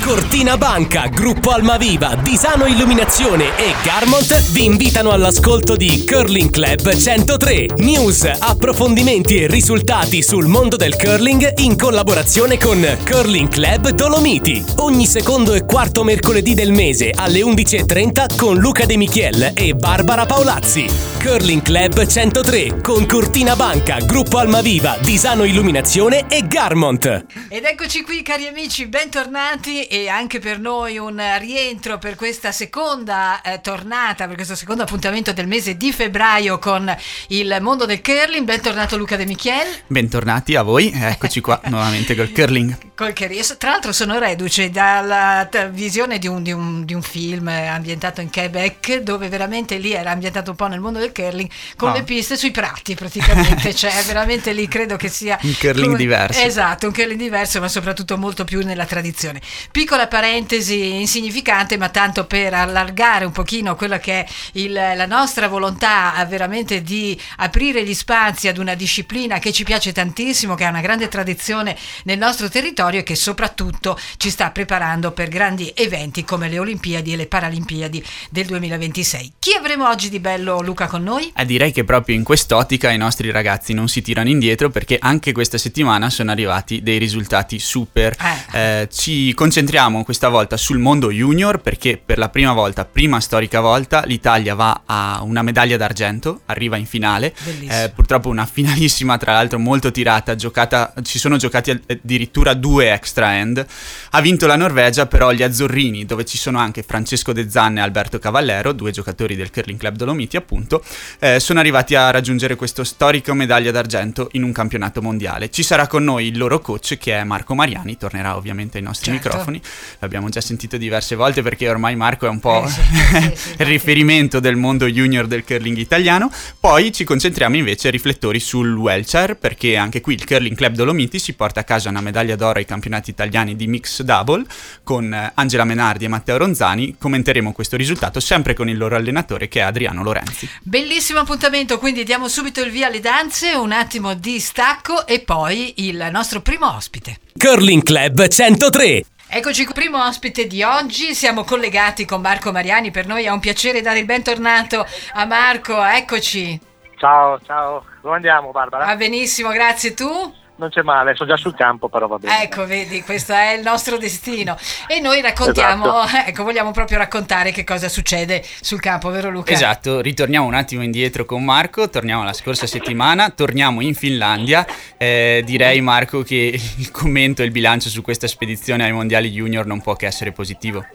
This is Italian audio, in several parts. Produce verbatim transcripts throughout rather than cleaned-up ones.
Cortina Banca, Gruppo Almaviva, Disano Illuminazione e Garmont vi invitano all'ascolto di Curling Club centotré. News, approfondimenti e risultati sul mondo del curling in collaborazione con Curling Club Dolomiti. Ogni secondo e quarto mercoledì del mese alle undici e trenta con Luca De Michiel e Barbara Paolazzi. Curling Club centotré con Cortina Banca, Gruppo Almaviva, Disano Illuminazione e Garmont. Ed eccoci qui, cari amici, bentornati, e anche per noi un rientro per questa seconda eh, tornata, per questo secondo appuntamento del mese di febbraio con il mondo del curling. Bentornato Luca De Michiel. Bentornati a voi, eccoci qua nuovamente col curling. Col curling. Tra l'altro sono reduce dalla t- visione di un, di, un, di un film ambientato in Quebec, dove veramente lì era ambientato un po' nel mondo del curling, con no. le piste sui prati praticamente, cioè veramente lì credo che sia un curling come, diverso. Esatto, un curling diverso, ma soprattutto molto più nella tradizione. Piccola parentesi insignificante, ma tanto per allargare un pochino quella che è il, la nostra volontà veramente di aprire gli spazi ad una disciplina che ci piace tantissimo, che ha una grande tradizione nel nostro territorio e che soprattutto ci sta preparando per grandi eventi come le Olimpiadi e le Paralimpiadi del duemilaventisei. Chi avremo oggi di bello, Luca, con noi? Eh, direi che proprio in quest'ottica i nostri ragazzi non si tirano indietro, perché anche questa settimana sono arrivati dei risultati super. Eh. Eh, ci concentriamo questa volta sul mondo junior, perché per la prima volta, prima storica volta, l'Italia va a una medaglia d'argento, arriva in finale. Eh, purtroppo una finalissima, tra l'altro molto tirata, giocata, ci sono giocati addirittura due extra end. Ha vinto la Norvegia, però gli azzurrini, dove ci sono anche Francesco De Zanne e Alberto Cavallero, due giocatori del Curling Club Dolomiti appunto, eh, sono arrivati a raggiungere questo storico medaglia d'argento in un campionato mondiale. Ci sarà con noi il loro coach, che è Marco Mariani, tornerà ovviamente ai nostri certo. microfoni, l'abbiamo già sentito diverse volte perché ormai Marco è un po' eh, sì, sì, sì, il riferimento del mondo junior del curling italiano. Poi ci concentriamo invece ai riflettori sul wheelchair, perché anche qui il Curling Club Dolomiti si porta a casa una medaglia d'oro ai campionati italiani di mix double con Angela Menardi e Matteo Ronzani. Commenteremo questo risultato sempre con il loro allenatore, che è Adriano Lorenzi. Bellissimo appuntamento, quindi diamo subito il via alle danze, un attimo di stacco e poi il nostro primo ospite. Curling Club centotré. Eccoci, primo ospite di oggi, siamo collegati con Marco Mariani. Per noi è un piacere dare il bentornato a Marco, eccoci. Ciao, ciao, come andiamo Barbara? Va benissimo, grazie. Tu? Non c'è male, sono già sul campo, però va bene. Ecco, vedi, questo è il nostro destino. E noi raccontiamo, esatto. ecco, vogliamo proprio raccontare che cosa succede sul campo, vero Luca? Esatto, ritorniamo un attimo indietro con Marco, torniamo alla scorsa settimana, torniamo in Finlandia. Eh, direi Marco che il commento e il bilancio su questa spedizione ai mondiali junior non può che essere positivo.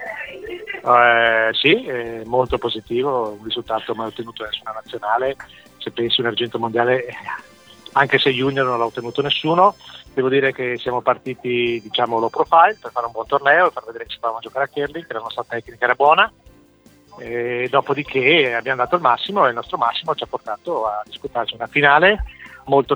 Eh, sì, è molto positivo, un risultato mai ottenuto nella nessuna nazionale. Se pensi un argento mondiale, anche se junior non l'ha ottenuto nessuno, devo dire che siamo partiti, diciamo, low profile per fare un buon torneo e far vedere che sapevamo giocare a curling, che la nostra tecnica era buona, e dopodiché abbiamo dato il massimo e il nostro massimo ci ha portato a disputarci una finale molto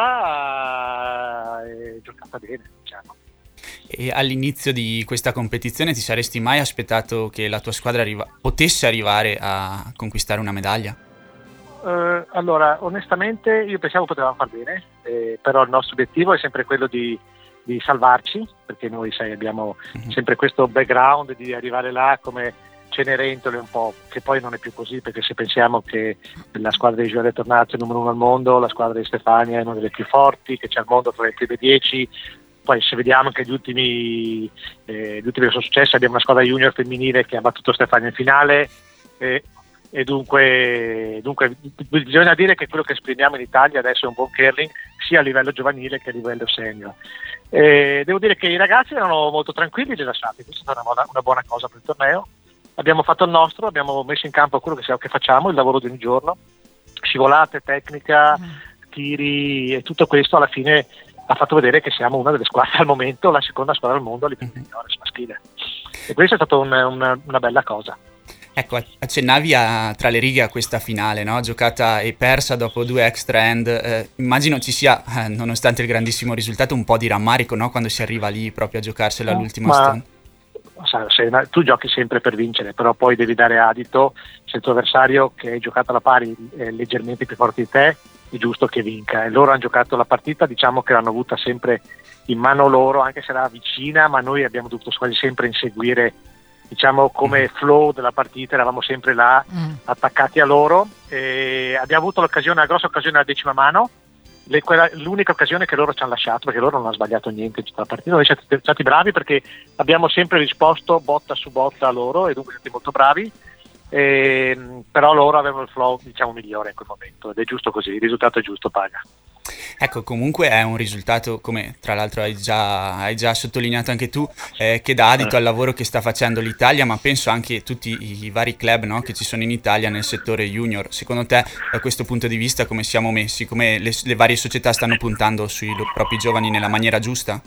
tirata e giocata bene, diciamo. E all'inizio di questa competizione ti saresti mai aspettato che la tua squadra arriva- potesse arrivare a conquistare una medaglia? Uh, allora, onestamente io pensavo potevamo far bene, eh, però il nostro obiettivo è sempre quello di, di salvarci, perché noi sai, abbiamo mm-hmm. sempre questo background di arrivare là come Cenerentole un po', che poi non è più così, perché se pensiamo che la squadra di Giovanni Tornazzo è numero uno al mondo, la squadra di Stefania è una delle più forti che c'è al mondo tra le prime dieci. Poi se vediamo che gli ultimi, eh, gli ultimi che sono successi, abbiamo una squadra junior femminile che ha battuto Stefania in finale, eh, e dunque, dunque bisogna dire che quello che esprimiamo in Italia adesso è un buon curling sia a livello giovanile che a livello senior. E devo dire che i ragazzi erano molto tranquilli e rilassati, questa è stata una buona, una buona cosa per il torneo. Abbiamo fatto il nostro, abbiamo messo in campo quello che, che facciamo, il lavoro di ogni giorno, scivolate, tecnica, mm. tiri, e tutto questo alla fine ha fatto vedere che siamo una delle squadre al momento, la seconda squadra al mondo a livello mm-hmm. maschile, e questa è stata un, una, una bella cosa. Ecco, accennavi a, tra le righe a questa finale, no? Giocata e persa dopo due extra end. Eh, immagino ci sia, eh, nonostante il grandissimo risultato, un po' di rammarico, no? Quando si arriva lì proprio a giocarsela all'ultimo istante. Se, tu giochi sempre per vincere, però poi devi dare adito se il tuo avversario, che hai giocato alla pari, è leggermente più forte di te, è giusto che vinca, e loro hanno giocato la partita, diciamo che l'hanno avuta sempre in mano loro, anche se era vicina, ma noi abbiamo dovuto quasi sempre inseguire, diciamo, come flow della partita, eravamo sempre là mm. attaccati a loro, e abbiamo avuto l'occasione, la grossa occasione alla decima mano, le, quella, l'unica occasione che loro ci hanno lasciato, perché loro non hanno sbagliato niente in tutta la partita. Noi siamo stati, stati bravi perché abbiamo sempre risposto botta su botta a loro, e dunque siamo stati molto bravi, e, però loro avevano il flow, diciamo, migliore in quel momento, ed è giusto così, il risultato è giusto, paga. Ecco, comunque è un risultato, come tra l'altro hai già, hai già sottolineato anche tu, eh, che dà adito al lavoro che sta facendo l'Italia, ma penso anche tutti i, i vari club, no, che ci sono in Italia nel settore junior. Secondo te, da questo punto di vista, come siamo messi? Come le, le varie società stanno puntando sui propri giovani nella maniera giusta?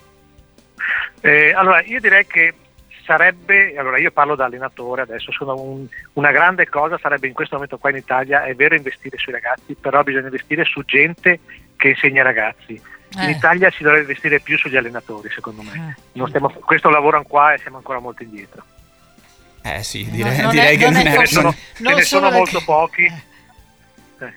Eh, allora, io direi che sarebbe, allora io parlo da allenatore adesso, sono un, una grande cosa sarebbe in questo momento qua in Italia, è vero investire sui ragazzi, però bisogna investire su gente che insegna ai ragazzi. In eh. Italia si dovrebbe investire più sugli allenatori, secondo me. Eh. Non stiamo, questo lavorano qua e siamo ancora molto indietro. Eh sì, direi, no, direi è, che non non è è, così. non... Ce ne sono molto che... pochi. Eh.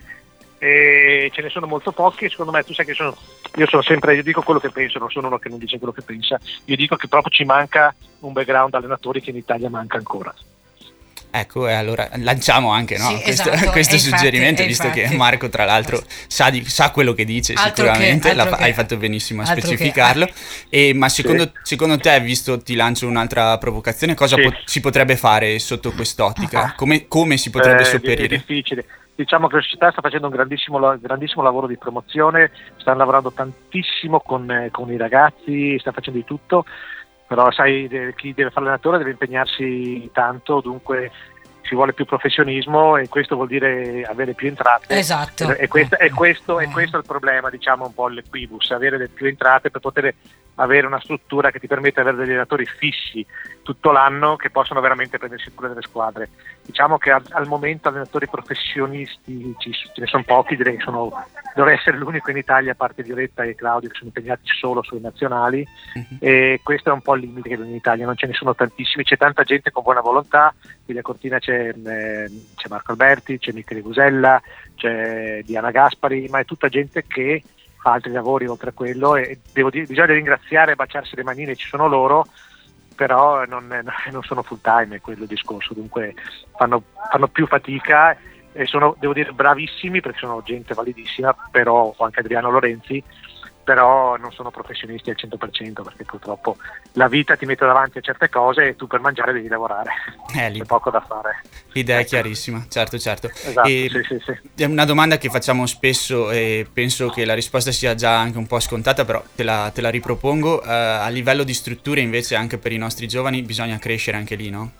E ce ne sono molto pochi, e secondo me, tu sai che sono, io sono sempre, io dico quello che penso, non sono uno che non dice quello che pensa, io dico che proprio ci manca un background allenatori che in Italia manca ancora. Ecco, e allora lanciamo anche, no, sì, questo, esatto. questo infatti, suggerimento, visto infatti. che Marco tra l'altro sa, di, sa quello che dice, altro sicuramente, che, la, che, hai fatto benissimo a altro specificarlo. Che, e, ma secondo, sì. secondo te, visto, ti lancio un'altra provocazione, cosa sì. po- si potrebbe fare sotto quest'ottica? Come, come si potrebbe eh, sopperire? È difficile. Diciamo che la società sta facendo un grandissimo, grandissimo lavoro di promozione, stanno lavorando tantissimo con, con i ragazzi, sta facendo di tutto, però sai, chi deve fare l'allenatore deve impegnarsi tanto, dunque ci vuole più professionismo, e questo vuol dire avere più entrate. Esatto. E questo, e questo, e questo è il problema, diciamo un po' l'equibus, avere più entrate per poter avere una struttura che ti permette di avere degli allenatori fissi tutto l'anno che possono veramente prendersi cura delle squadre. Diciamo che al, al momento allenatori professionisti ci, ce ne sono pochi, direi che sono, dovrei essere l'unico in Italia, a parte Violetta e Claudio, che sono impegnati solo sulle nazionali, uh-huh. e questo è un po' il limite che in Italia non ce ne sono tantissimi, c'è tanta gente con buona volontà, qui a Cortina c'è, eh, c'è Marco Alberti, c'è Michele Gusella, c'è Diana Gaspari, ma è tutta gente che fa altri lavori oltre a quello, e devo dire, bisogna ringraziare e baciarsi le manine, ci sono loro, però non, non sono full time, è quello il discorso, dunque fanno, fanno più fatica, e sono, devo dire, bravissimi perché sono gente validissima, però o anche Adriano Lorenzi, però non sono professionisti al cento per cento, perché purtroppo la vita ti mette davanti a certe cose e tu per mangiare devi lavorare, eh, lì. c'è poco da fare. L'idea è chiarissima, certo, certo. Esatto, e sì, sì, sì. È una domanda che facciamo spesso e penso che la risposta sia già anche un po' scontata, però te la, te la ripropongo. Uh, a livello di strutture invece anche per i nostri giovani bisogna crescere anche lì, no?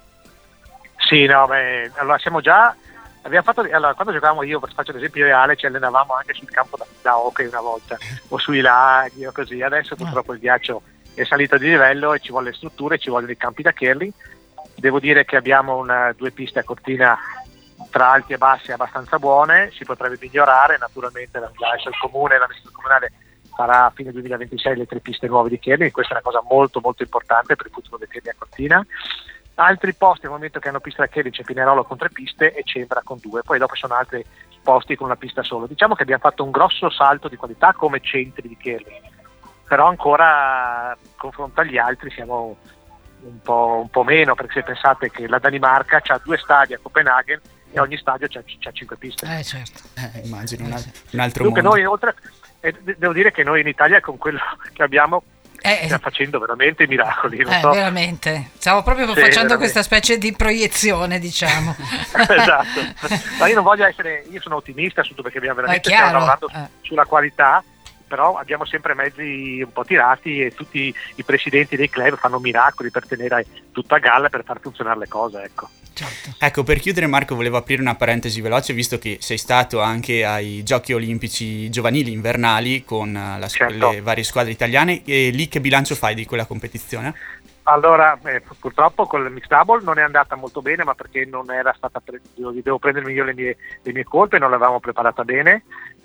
Sì, no, beh, allora siamo già... Abbiamo fatto, allora, quando giocavamo io, faccio l'esempio reale, ci allenavamo anche sul campo da, da hockey una volta, o sui laghi o così. Adesso purtroppo il ghiaccio è salito di livello e ci vuole le strutture, ci vogliono i campi da curling. Devo dire che abbiamo una, due piste a Cortina tra alti e bassi abbastanza buone, si potrebbe migliorare, naturalmente adesso il comune, l'amministrazione comunale farà a fine duemilaventisei le tre piste nuove di curling, questa è una cosa molto molto importante per il futuro del curling a Cortina. Altri posti al momento che hanno pista da curling c'è Pinerolo con tre piste e Cembra con due, poi dopo sono altri posti con una pista solo. Diciamo che abbiamo fatto un grosso salto di qualità come centri di curling, però ancora confronto agli altri siamo un po', un po' meno, perché se pensate che la Danimarca ha due stadi a Copenaghen e ogni stadio c'ha cinque piste. Eh certo. Eh, immagino un, al- un altro Dunque mondo. noi oltre, eh, devo dire che noi in Italia con quello che abbiamo Eh, sta facendo veramente miracoli, non eh, so. veramente stiamo proprio Sì, facendo veramente. questa specie di proiezione, diciamo. Esatto, ma io non voglio essere, io sono ottimista tutto perché abbiamo veramente chiaro, stiamo lavorando eh. sulla qualità, però abbiamo sempre mezzi un po' tirati e tutti i presidenti dei club fanno miracoli per tenere tutto a galla, per far funzionare le cose, ecco. Certo. Ecco, per chiudere Marco volevo aprire una parentesi veloce, visto che sei stato anche ai Giochi Olimpici giovanili invernali con uh, la, Certo. le varie squadre italiane, e lì che bilancio fai di quella competizione? Allora, eh, purtroppo con il mixed double non è andata molto bene, ma perché non era stata pre- devo prendermi io le mie, le mie colpe, non l'avevamo preparata bene,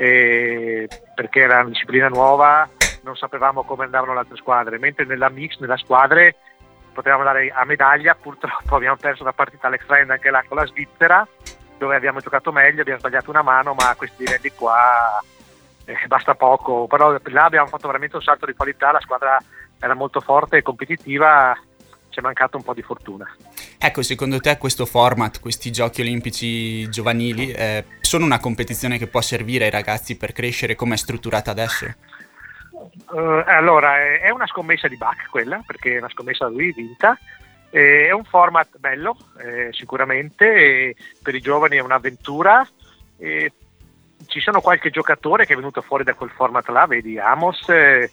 eh, perché era una disciplina nuova, non sapevamo come andavano le altre squadre, mentre nella mix, nella squadre potevamo andare a medaglia. Purtroppo abbiamo perso una partita all'extra end anche là con la Svizzera, dove abbiamo giocato meglio, abbiamo sbagliato una mano, ma a questi livelli qua eh, basta poco, però là abbiamo fatto veramente un salto di qualità, la squadra era molto forte e competitiva, ci è mancato un po' di fortuna. Ecco, secondo te questo format, questi giochi olimpici giovanili, eh, sono una competizione che può servire ai ragazzi per crescere come è strutturata adesso? Uh, allora, è, è una scommessa di Bach quella, perché è una scommessa da lui vinta, eh, è un format bello, eh, sicuramente, eh, per i giovani è un'avventura, eh, ci sono qualche giocatore che è venuto fuori da quel format là, vedi Amos, eh,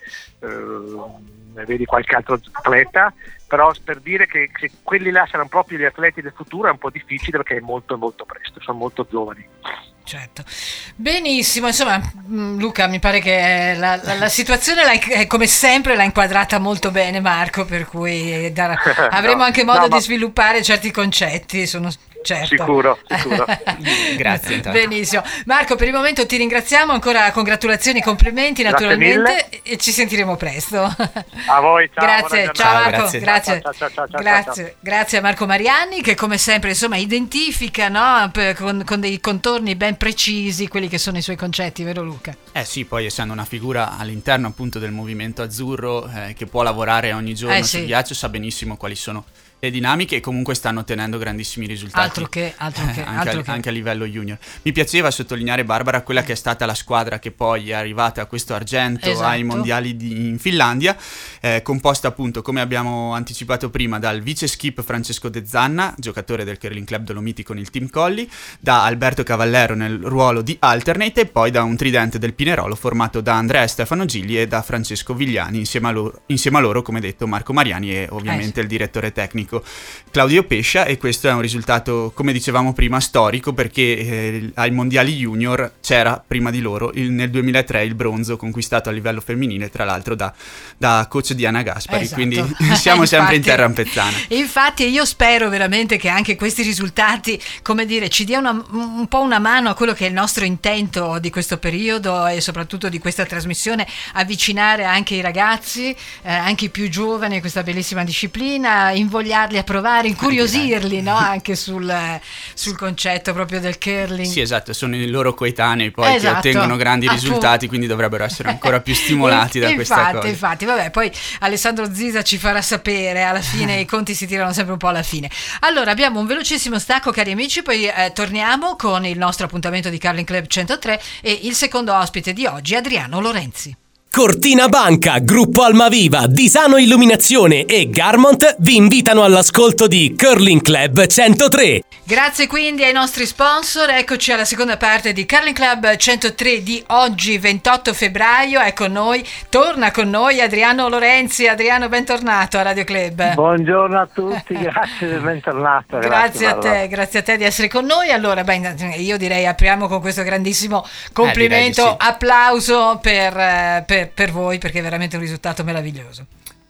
eh, vedi qualche altro atleta, però per dire che, che quelli là saranno proprio gli atleti del futuro è un po' difficile perché è molto molto presto, sono molto giovani. Certo, benissimo, insomma Luca, mi pare che la, la, la situazione l'hai, come sempre l'ha inquadrata molto bene Marco, per cui da, avremo no, anche modo no, di ma... sviluppare certi concetti, sono certo. Sicuro, sicuro. Grazie intanto. Benissimo. Marco, per il momento ti ringraziamo, ancora congratulazioni, complimenti naturalmente e ci sentiremo presto. A voi, ciao. Grazie, ciao Marco, grazie. Grazie. Ciao, ciao, ciao, ciao, grazie. Ciao. Grazie a Marco Mariani che come sempre insomma identifica, no, con, con dei contorni ben precisi quelli che sono i suoi concetti, vero Luca? Eh sì, poi essendo una figura all'interno appunto del movimento azzurro eh, che può lavorare ogni giorno eh, sul sì. ghiaccio, sa benissimo quali sono le dinamiche e comunque stanno ottenendo grandissimi risultati. Altro che, altro che, eh, anche, altro a, che. anche a livello junior. Mi piaceva sottolineare, Barbara, quella che è stata la squadra che poi è arrivata a questo argento esatto. ai mondiali di, in Finlandia, eh, composta appunto, come abbiamo anticipato prima, dal vice skip Francesco De Zanna, giocatore del Curling Club Dolomiti con il Team Colli, da Alberto Cavallero nel ruolo di alternate e poi da un tridente del Pinerolo formato da Andrea e Stefano Gigli e da Francesco Vigliani, insieme a loro, insieme a loro come detto Marco Mariani e ovviamente eh sì. il direttore tecnico Claudio Pescia, e questo è un risultato, come dicevamo prima, storico perché eh, ai mondiali junior c'era prima di loro il, nel duemilatré il bronzo conquistato a livello femminile, tra l'altro da, da coach Diana Gaspari, esatto. quindi siamo infatti, sempre in terra ampezzana. Infatti io spero veramente che anche questi risultati, come dire, ci dia una, un po' una mano a quello che è il nostro intento di questo periodo e soprattutto di questa trasmissione, avvicinare anche i ragazzi, eh, anche i più giovani a questa bellissima disciplina, invogliarli a provare, incuriosirli, no? Anche sul, sul concetto proprio del curling. Sì, esatto, sono i loro coetanei poi esatto. che ottengono grandi Appunto. risultati, quindi dovrebbero essere ancora più stimolati da infatti, questa cosa. Infatti, vabbè, poi Alessandro Zisa ci farà sapere, alla fine i conti si tirano sempre un po' alla fine. Allora, abbiamo un velocissimo stacco, cari amici, poi eh, torniamo con il nostro appuntamento di Curling Club centotré e il secondo ospite di oggi, Adriano Lorenzi. Cortina Banca, Gruppo Almaviva, Disano Illuminazione e Garmont vi invitano all'ascolto di Curling Club centotré. Grazie quindi ai nostri sponsor, eccoci alla seconda parte di Curling Club centotré di oggi ventotto febbraio, è con noi, torna con noi Adriano Lorenzi. Adriano, bentornato a Radio Club. Buongiorno a tutti, grazie del bentornato. Grazie, grazie a te, allora. grazie a te di essere con noi. Allora, beh, io direi apriamo con questo grandissimo complimento, eh, sì. applauso per, per per voi, perché è veramente un risultato meraviglioso.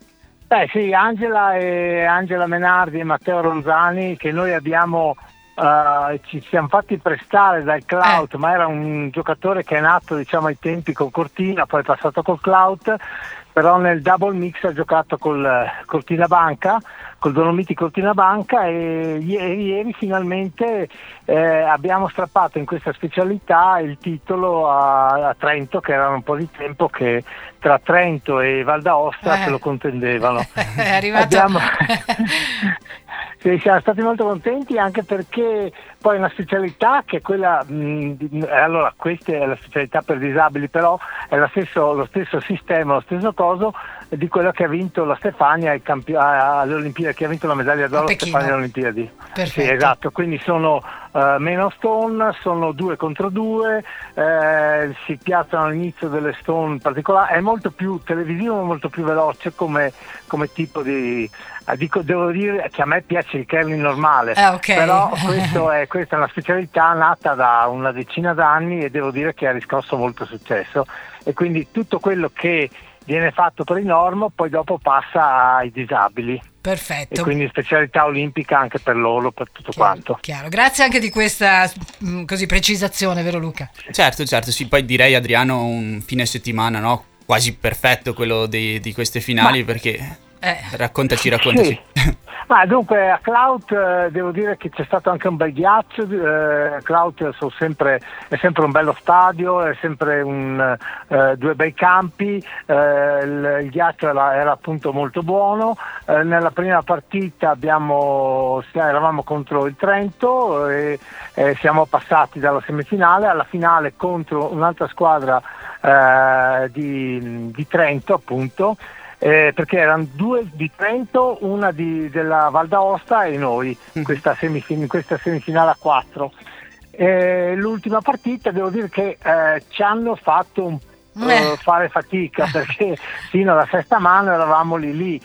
Beh sì, Angela e Angela Menardi e Matteo Ronzani, che noi abbiamo uh, ci siamo fatti prestare dal Clout, eh. ma era un giocatore che è nato diciamo ai tempi con Cortina, poi è passato col Clout, però nel double mix ha giocato col Cortina Banca, col Dolomiti Cortina Banca, e ieri, ieri finalmente eh, abbiamo strappato in questa specialità il titolo a, a Trento, che era un po' di tempo che tra Trento e Val d'Aosta eh. se lo contendevano. È arrivato. Abbiamo... Sì, siamo stati molto contenti, anche perché poi è una specialità che è quella, mh, allora questa è la specialità per disabili, però è lo stesso, lo stesso sistema, lo stesso coso di quello che ha vinto la Stefania ai campi- alle Olimpiadi, che ha vinto la medaglia d'oro Stefania alle Olimpiadi. Perfetto. Sì, esatto, quindi sono uh, meno stone, sono due contro due, eh, si piazzano all'inizio delle stone particolari, è molto più televisivo, molto più veloce come, come tipo di... Dico, devo dire che a me piace il curling normale, eh, okay. però questo è, questa è una specialità nata da una decina d'anni e devo dire che ha riscosso molto successo, e quindi tutto quello che viene fatto per il normo poi dopo passa ai disabili. Perfetto. E quindi specialità olimpica anche per loro, per tutto chiaro, quanto. Chiaro, grazie anche di questa mh, così precisazione, vero Luca? Certo, certo, sì, poi direi Adriano un fine settimana, no? Quasi perfetto quello di, di queste finali, ma... perché... Eh. Raccontaci, raccontaci. Sì. Ma dunque a Clout eh, devo dire che c'è stato anche un bel ghiaccio, eh, Clout sono sempre, è sempre un bello stadio, è sempre un, eh, due bei campi, eh, il, il ghiaccio era, era appunto molto buono, eh, nella prima partita abbiamo, eravamo contro il Trento e, e siamo passati dalla semifinale alla finale contro un'altra squadra eh, di, di Trento appunto. Eh, perché erano due di Trento, una di, della Val d'Aosta e noi, in questa, semifin- in questa semifinale a quattro. Eh, l'ultima partita devo dire che eh, ci hanno fatto un Uh, fare fatica perché fino alla sesta mano eravamo lì lì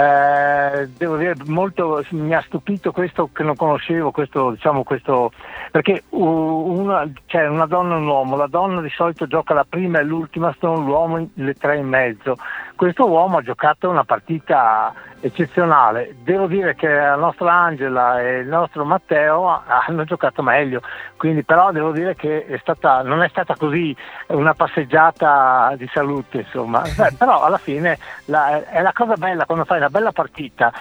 eh, devo dire molto mi ha stupito questo che non conoscevo, questo diciamo questo perché uh, una, cioè una donna e un uomo, la donna di solito gioca la prima e l'ultima stone, l'uomo le tre e mezzo. Questo uomo ha giocato una partita eccezionale, devo dire che la nostra Angela e il nostro Matteo hanno giocato meglio, quindi però devo dire che è stata, non è stata così una passeggiata di salute insomma. Beh, però alla fine la, è la cosa bella quando fai una bella partita,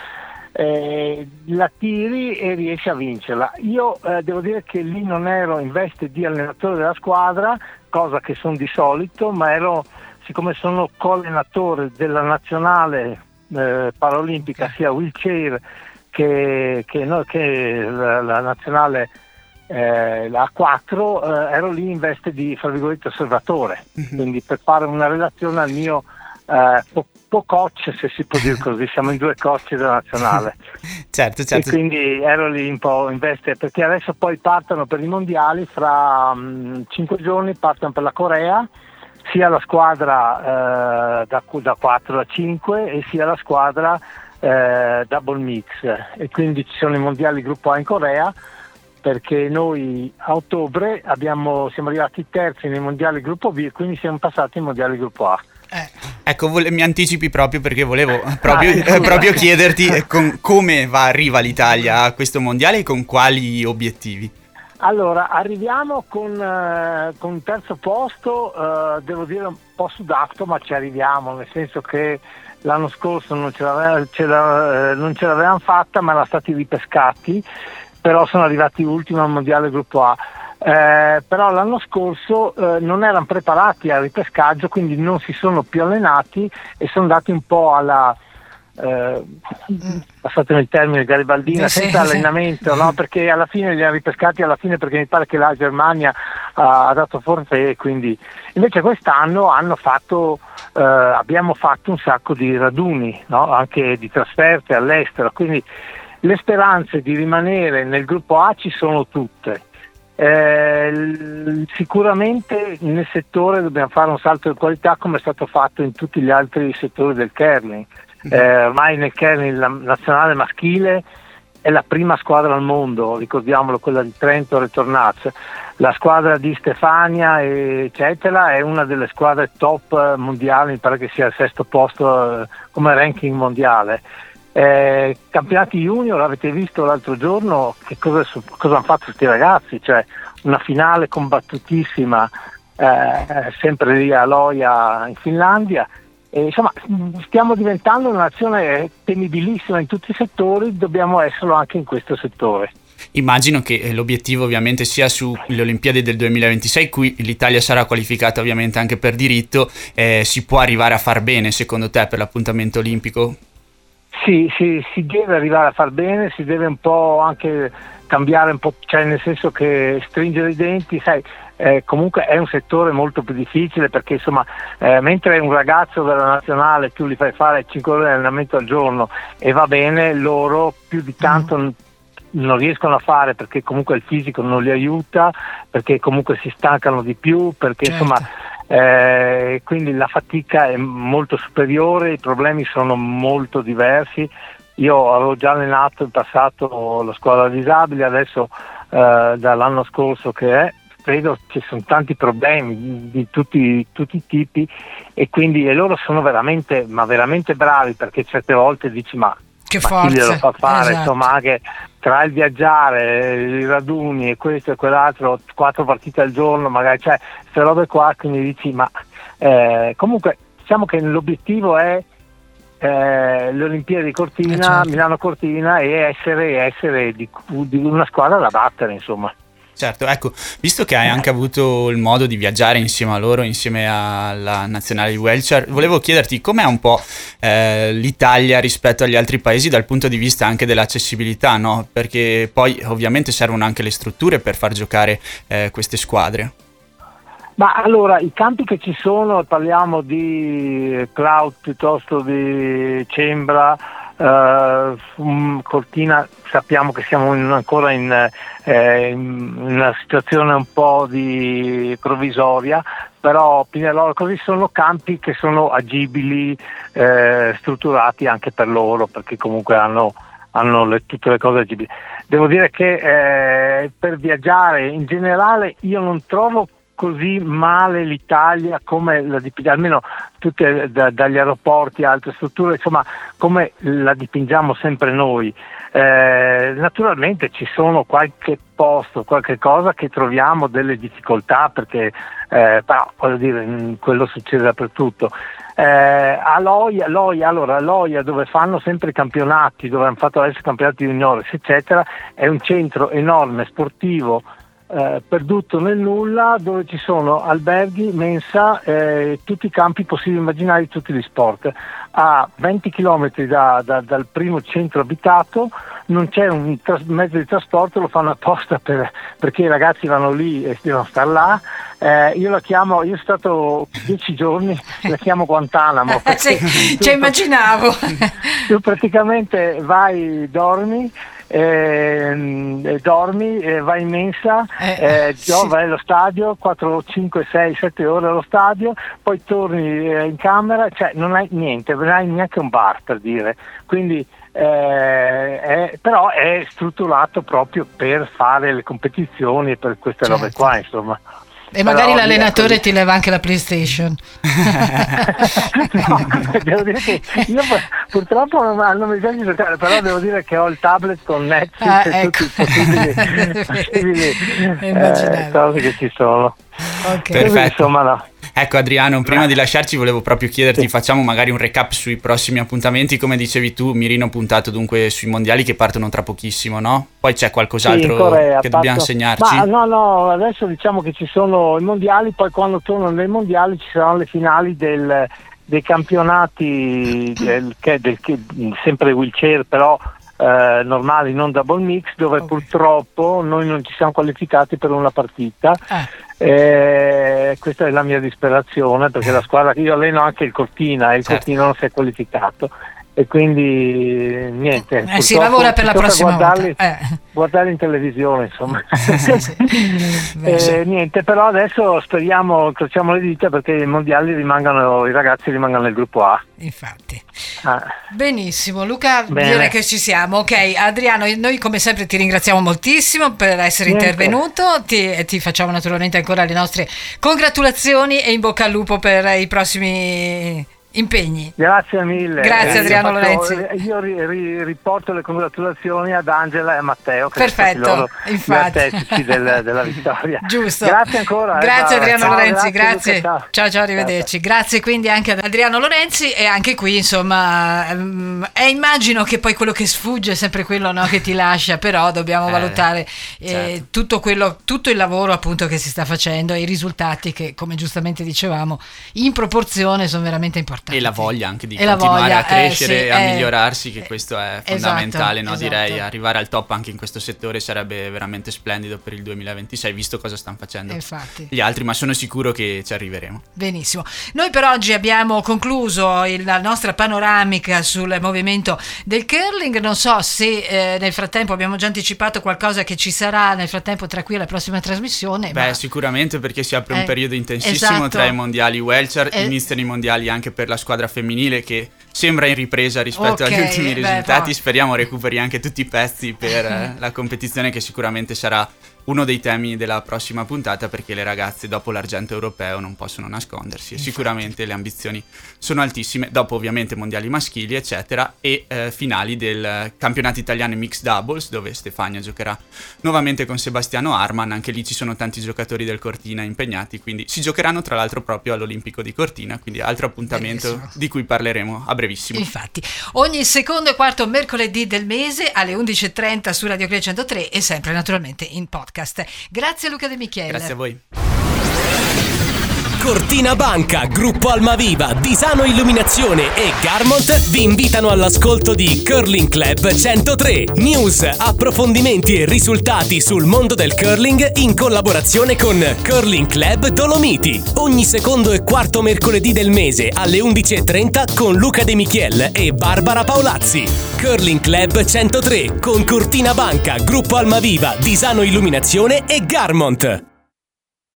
eh, la tiri e riesci a vincerla. Io eh, devo dire che lì non ero in veste di allenatore della squadra, cosa che sono di solito, ma ero, siccome sono co-allenatore della nazionale eh, paraolimpica, sia wheelchair che, che, no, che la, la nazionale eh, la A quattro, eh, ero lì in veste di, fra virgolette, osservatore, mm-hmm. quindi per fare una relazione al mio eh, po, po coach, se si può dire così, siamo in due coach della nazionale. certo, certo. E quindi ero lì un po' in veste, perché adesso poi partono per i mondiali, fra um, cinque giorni partono per la Corea, sia la squadra eh, da, da quattro a cinque e sia la squadra eh, double mix, e quindi ci sono i mondiali gruppo A in Corea, perché noi a ottobre abbiamo, siamo arrivati terzi nei mondiali gruppo B e quindi siamo passati ai mondiali gruppo A. Eh. Ecco, vole- mi anticipi proprio perché volevo proprio, ah, eh, proprio chiederti eh, con, come va, arriva l'Italia a questo mondiale e con quali obiettivi. Allora, arriviamo con, uh, con un terzo posto, uh, devo dire un po' sudato, ma ci arriviamo, nel senso che l'anno scorso non ce, l'ave- ce, la- non ce l'avevamo fatta, ma erano stati ripescati, però sono arrivati ultimi al mondiale gruppo A. Eh, però l'anno scorso eh, non erano preparati al ripescaggio, quindi non si sono più allenati e sono andati un po' alla eh, passatemi il termine garibaldina, sì, senza sì, allenamento, sì. No? Perché alla fine li hanno ripescati alla fine, perché mi pare che la Germania ha, ha dato forfait, quindi invece quest'anno hanno fatto eh, abbiamo fatto un sacco di raduni, no? Anche di trasferte all'estero, quindi le speranze di rimanere nel gruppo A ci sono tutte. Eh, sicuramente nel settore dobbiamo fare un salto di qualità, come è stato fatto in tutti gli altri settori del curling. Eh, ormai nel curling la nazionale maschile è la prima squadra al mondo, ricordiamolo, quella di Trento Retornaz. La squadra di Stefania eccetera è una delle squadre top mondiali, mi pare che sia al sesto posto eh, come ranking mondiale. Eh, campionati junior, avete visto l'altro giorno che cosa, cosa hanno fatto questi ragazzi, cioè una finale combattutissima eh, sempre lì a Loja in Finlandia, e, insomma stiamo diventando una nazione temibilissima in tutti i settori, dobbiamo esserlo anche in questo settore. Immagino che l'obiettivo ovviamente sia sulle Olimpiadi del duemilaventisei, cui l'Italia sarà qualificata ovviamente anche per diritto, eh, si può arrivare a far bene secondo te per l'appuntamento olimpico? Sì, sì, si deve arrivare a far bene, si deve un po' anche cambiare un po', cioè nel senso che stringere i denti, sai, eh, comunque è un settore molto più difficile, perché insomma eh, mentre un ragazzo della nazionale tu gli fai fare cinque ore di allenamento al giorno e va bene, loro più di tanto mm. non riescono a fare, perché comunque il fisico non li aiuta, perché comunque si stancano di più, perché certo. insomma Eh, quindi la fatica è molto superiore, i problemi sono molto diversi. Io avevo già allenato in passato la scuola disabili, adesso eh, dall'anno scorso che è, credo ci sono tanti problemi di, di tutti, tutti i tipi, e quindi e loro sono veramente, ma veramente bravi, perché certe volte dici ma che ma forza, chi glielo fa fare, esatto. Insomma, anche tra il viaggiare, i raduni e questo e quell'altro, quattro partite al giorno magari, cioè queste robe qua, quindi dici ma eh, comunque diciamo che l'obiettivo è eh, le Olimpiadi Cortina, eh certo. Milano Cortina, e essere, essere di, di una squadra da battere, insomma. Certo, ecco, visto che hai anche avuto il modo di viaggiare insieme a loro, insieme alla nazionale di wheelchair, volevo chiederti com'è un po' eh, l'Italia rispetto agli altri paesi dal punto di vista anche dell'accessibilità, no? Perché poi ovviamente servono anche le strutture per far giocare eh, queste squadre. Ma allora, i campi che ci sono, parliamo di Cloud piuttosto di Cembra, Uh, Cortina, sappiamo che siamo in, ancora in, eh, in una situazione un po' di provvisoria, però Pinello così sono campi che sono agibili, eh, strutturati anche per loro, perché comunque hanno, hanno le, tutte le cose agibili. Devo dire che eh, per viaggiare in generale io non trovo così male l'Italia come la dipingiamo, almeno tutte da, dagli aeroporti a altre strutture, insomma, come la dipingiamo sempre noi. Eh, naturalmente ci sono qualche posto, qualche cosa che troviamo delle difficoltà, perché eh, però voglio dire, quello succede dappertutto. Eh, a Loja, Loja, allora Loja, dove fanno sempre i campionati, dove hanno fatto adesso i campionati juniores eccetera, è un centro enorme sportivo, Eh, perduto nel nulla, dove ci sono alberghi, mensa, eh, tutti i campi possibili e immaginari, tutti gli sport. A venti chilometri da, da, dal primo centro abitato non c'è un tras- mezzo di trasporto, lo fanno apposta per, perché i ragazzi vanno lì e devono star là. Eh, io la chiamo, io sono stato dieci giorni, la chiamo Guantanamo. Sì, ci immaginavo. Tu praticamente vai, dormi, Eh, dormi, eh, vai in mensa, eh, sì. vai allo stadio, quattro, cinque, sei, sette ore allo stadio, poi torni eh, in camera, cioè non hai niente, non hai neanche un bar, per dire, quindi eh, è, però è strutturato proprio per fare le competizioni e per queste certo. robe qua, insomma. E magari però, l'allenatore ecco, ti leva anche la PlayStation. No, devo dire che io purtroppo non, non mi piace giocare, però devo dire che ho il tablet con Netflix ah, e ecco. tutti i possibili, possibili eh, cose che ci sono. Okay. Perfetto. Quindi, insomma, no. Ecco Adriano, prima di lasciarci volevo proprio chiederti, facciamo magari un recap sui prossimi appuntamenti. Come dicevi tu, mirino puntato dunque sui mondiali che partono tra pochissimo, no? Poi c'è qualcos'altro sì, Corea, che dobbiamo fatto... segnarci? Ma no, no, adesso diciamo che ci sono i mondiali, poi quando tornano nei mondiali ci saranno le finali del, dei campionati del, che, del, che, sempre wheelchair, però eh, normali, non double mix, dove okay. purtroppo noi non ci siamo qualificati per una partita. Ah. Eh, questa è la mia disperazione, perché la squadra che io alleno anche il Cortina e il certo. Cortina non si è qualificato, e quindi niente, eh, si lavora per la prossima guardarli, volta eh. guardarli in televisione, insomma. sì, sì. Beh, eh, sì. Niente, però adesso speriamo, incrociamo le dita perché i mondiali rimangano, i ragazzi rimangano nel gruppo A. Infatti. Ah. Benissimo Luca, Bene. direi che ci siamo. Ok Adriano, noi come sempre ti ringraziamo moltissimo per essere Niente. intervenuto, ti, ti facciamo naturalmente ancora le nostre congratulazioni e in bocca al lupo per i prossimi impegni. Grazie mille. Grazie eh, Adriano io faccio, Lorenzi. Io ri, ri, riporto le congratulazioni ad Angela e a Matteo, che perfetto, sono infatti gli artefici del, della vittoria. Giusto. Grazie ancora. Grazie eh, Adriano ciao, Lorenzi, grazie. grazie. Ciao ciao, ciao, arrivederci. Ciao. Grazie quindi anche ad Adriano Lorenzi, e anche qui insomma è immagino che poi quello che sfugge è sempre quello, no, che ti lascia, però dobbiamo eh, valutare eh, certo. tutto quello, tutto il lavoro appunto che si sta facendo e i risultati che, come giustamente dicevamo, in proporzione sono veramente importanti. E la voglia anche di e continuare voglia, a crescere e eh, sì, a eh, migliorarsi, che questo è fondamentale, esatto, no? esatto. Direi arrivare al top anche in questo settore sarebbe veramente splendido per il duemilaventisei, visto cosa stanno facendo Infatti. gli altri, ma sono sicuro che ci arriveremo. Benissimo, noi per oggi abbiamo concluso il, la nostra panoramica sul movimento del curling. Non so se eh, nel frattempo abbiamo già anticipato qualcosa che ci sarà nel frattempo tra qui e la prossima trasmissione. Beh, ma... sicuramente, perché si apre un eh, periodo intensissimo esatto. tra i mondiali wheelchair, eh, iniziano i mondiali anche per la squadra femminile, che sembra in ripresa rispetto okay, agli ultimi beh, risultati. poi. Speriamo recuperi anche tutti i pezzi per eh, la competizione, che sicuramente sarà uno dei temi della prossima puntata, perché le ragazze dopo l'argento europeo non possono nascondersi e Infatti. sicuramente le ambizioni sono altissime, dopo ovviamente mondiali maschili eccetera e eh, finali del campionato italiano mixed doubles, dove Stefania giocherà nuovamente con Sebastiano Arman. Anche lì ci sono tanti giocatori del Cortina impegnati, quindi si giocheranno tra l'altro proprio all'Olimpico di Cortina, quindi altro appuntamento Bellissimo. di cui parleremo a brevissimo. Infatti, ogni secondo e quarto mercoledì del mese alle undici e trenta su Radio Clay centotré e sempre naturalmente in podcast. Grazie Luca De Michele. Grazie a voi. Cortina Banca, Gruppo Almaviva, Disano Illuminazione e Garmont vi invitano all'ascolto di Curling Club centotré. News, approfondimenti e risultati sul mondo del curling in collaborazione con Curling Club Dolomiti. Ogni secondo e quarto mercoledì del mese alle undici e trenta con Luca De Michele e Barbara Paolazzi. Curling Club centotré con Cortina Banca, Gruppo Almaviva, Disano Illuminazione e Garmont.